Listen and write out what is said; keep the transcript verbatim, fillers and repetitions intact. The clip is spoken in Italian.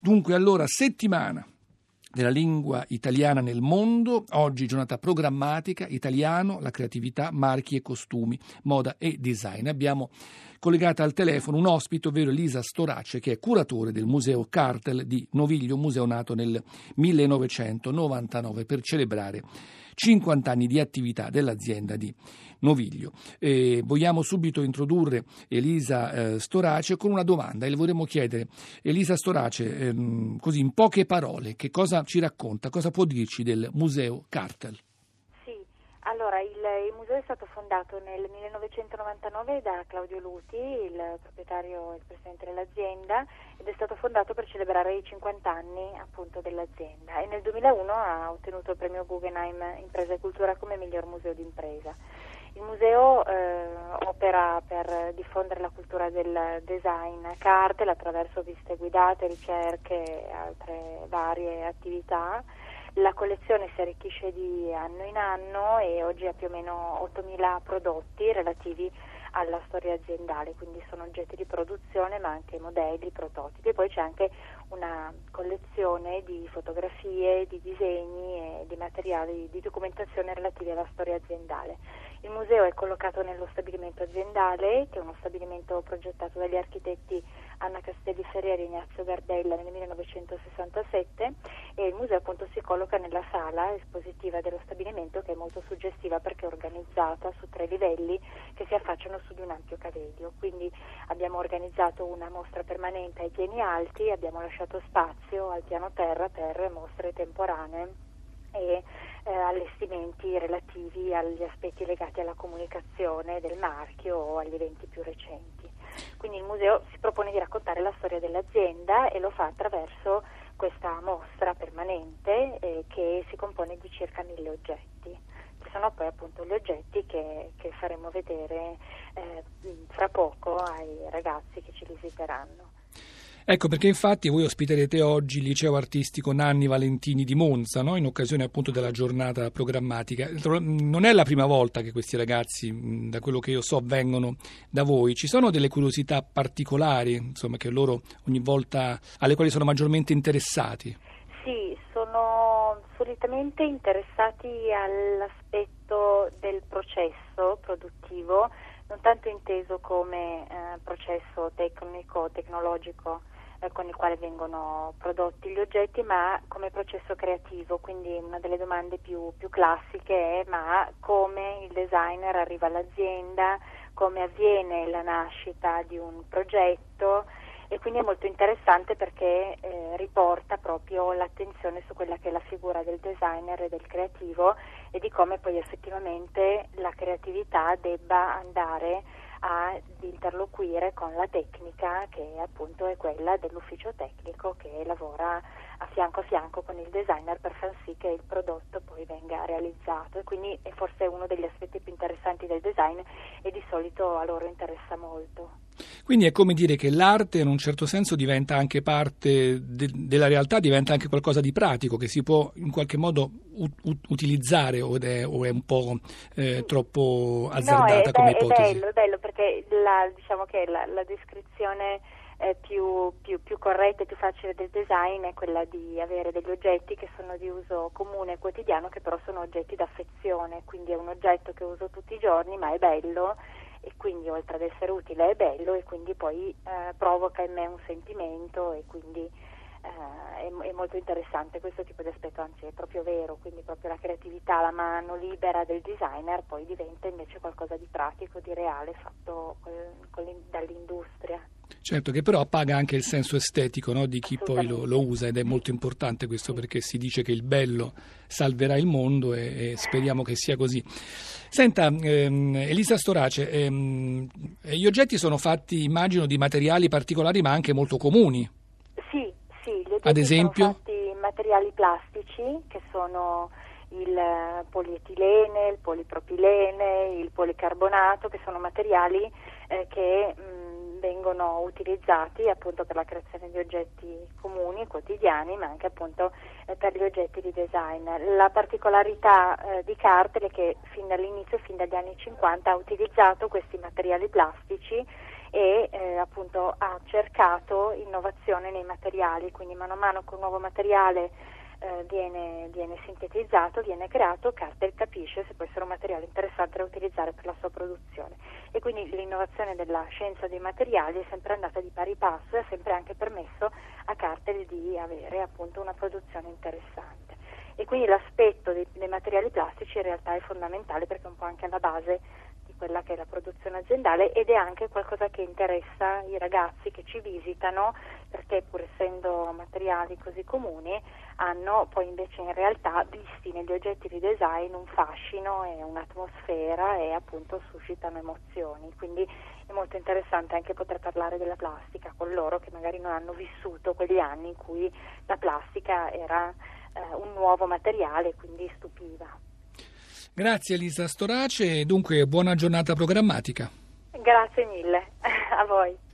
Dunque, allora, settimana della lingua italiana nel mondo, oggi giornata programmatica, italiano, la creatività, marchi e costumi, moda e design. Abbiamo collegata al telefono un ospite, ovvero Elisa Storace, che è curatore del Museo Cartel di Noviglio, museo nato nel millenovecentonovantanove per celebrare cinquanta anni di attività dell'azienda di Noviglio. Eh, vogliamo subito introdurre Elisa eh, Storace con una domanda e le vorremmo chiedere, Elisa Storace, ehm, così in poche parole, che cosa ci racconta, cosa può dirci del Museo Cartel? Allora, il, il museo è stato fondato nel millenovecentonovantanove da Claudio Luti, il proprietario e il presidente dell'azienda, ed è stato fondato per celebrare i cinquanta anni appunto dell'azienda, e nel duemilauno ha ottenuto il premio Guggenheim Impresa e Cultura come miglior museo d'impresa. Il museo eh, opera per diffondere la cultura del design Cartel attraverso visite guidate, ricerche e altre varie attività. La collezione si arricchisce di anno in anno e oggi ha più o meno ottomila prodotti relativi alla storia aziendale, quindi sono oggetti di produzione ma anche modelli, prototipi, e poi c'è anche una collezione di fotografie, di disegni e di materiali di documentazione relativi alla storia aziendale. Il museo è collocato nello stabilimento aziendale, che è uno stabilimento progettato dagli architetti Anna Castelli Ferrieri e Ignazio Gardella nel millenovecentosessantasette, e il museo appunto si colloca nella sala espositiva dello stabilimento, che è molto suggestiva perché è organizzata su tre livelli che si affacciano su di un ampio cavedio. Quindi abbiamo organizzato una mostra permanente ai piani alti, abbiamo lasciato spazio al piano terra per mostre temporanee e eh, allestimenti relativi agli aspetti legati alla comunicazione del marchio o agli eventi più recenti. Quindi il museo si propone di raccontare la storia dell'azienda e lo fa attraverso questa mostra permanente eh, che si compone di circa mille oggetti. Ci sono poi appunto gli oggetti che, che faremo vedere eh, fra poco ai ragazzi che ci visiteranno. Ecco perché infatti voi ospiterete oggi il Liceo Artistico Nanni Valentini di Monza, no? In occasione appunto della giornata programmatica. Non è la prima volta che questi ragazzi, da quello che io so, vengono da voi. Ci sono delle curiosità particolari, insomma, che loro ogni volta alle quali sono maggiormente interessati? Sì, sono solitamente interessati all'aspetto del processo produttivo, non tanto inteso come eh, processo tecnico, tecnologico eh, con il quale vengono prodotti gli oggetti, ma come processo creativo. Quindi una delle domande più, più classiche è: ma come il designer arriva all'azienda, come avviene la nascita di un progetto? E quindi è molto interessante perché eh, riporta proprio l'attenzione su quella che è la figura del designer e del creativo e di come poi effettivamente la creatività debba andare ad interloquire con la tecnica, che appunto è quella dell'ufficio tecnico che lavora a fianco a fianco con il designer per far sì che il prodotto poi venga realizzato. E quindi è forse uno degli aspetti più interessanti del design e di solito a loro interessa molto. Quindi è come dire che l'arte in un certo senso diventa anche parte de- della realtà, diventa anche qualcosa di pratico che si può in qualche modo u- utilizzare o è, o è un po' eh, troppo azzardata no, è, come be- ipotesi? È bello, è bello perché la, diciamo che la, la descrizione eh, più, più, più corretta e più facile del design è quella di avere degli oggetti che sono di uso comune e quotidiano, che però sono oggetti d'affezione, quindi è un oggetto che uso tutti i giorni ma è bello, e quindi oltre ad essere utile è bello, e quindi poi eh, provoca in me un sentimento, e quindi eh, è, è molto interessante questo tipo di aspetto, anzi è proprio vero, quindi proprio la creatività, la mano libera del designer poi diventa invece qualcosa di pratico, di reale, fatto col, col, dall'industria. Certo, che però appaga anche il senso estetico, no, di chi poi lo, lo usa, ed è molto importante questo, perché si dice che il bello salverà il mondo e, e speriamo che sia così. Senta, ehm, Elisa Storace, ehm, gli oggetti sono fatti, immagino, di materiali particolari ma anche molto comuni. Sì, sì, gli oggetti ad esempio? sono fatti in materiali plastici, che sono il polietilene, il polipropilene, il policarbonato, che sono materiali eh, che mh, vengono utilizzati appunto per la creazione di oggetti comuni, quotidiani, ma anche appunto eh, per gli oggetti di design. La particolarità eh, di Cartel è che fin dall'inizio, fin dagli anni cinquanta, ha utilizzato questi materiali plastici e eh, appunto ha cercato innovazione nei materiali, quindi mano a mano con nuovo materiale eh, viene, viene sintetizzato, viene creato, Cartel capisce se può essere un materiale interessante da utilizzare per la sua produzione, e quindi l'innovazione della scienza dei materiali è sempre andata di pari passo e ha sempre anche permesso a Cartel di avere appunto una produzione interessante. E quindi l'aspetto dei, dei materiali plastici in realtà è fondamentale, perché è un po' anche alla base di quella che è la produzione aziendale, ed è anche qualcosa che interessa i ragazzi che ci visitano, perché pur essendo materiali così comuni hanno poi invece in realtà visti negli oggetti di design un fascino e un'atmosfera, e appunto suscitano emozioni, quindi è molto interessante anche poter parlare della plastica con loro che magari non hanno vissuto quegli anni in cui la plastica era eh, un nuovo materiale, quindi stupiva. Grazie Elisa Storace, dunque buona giornata programmatica. Grazie mille, a voi.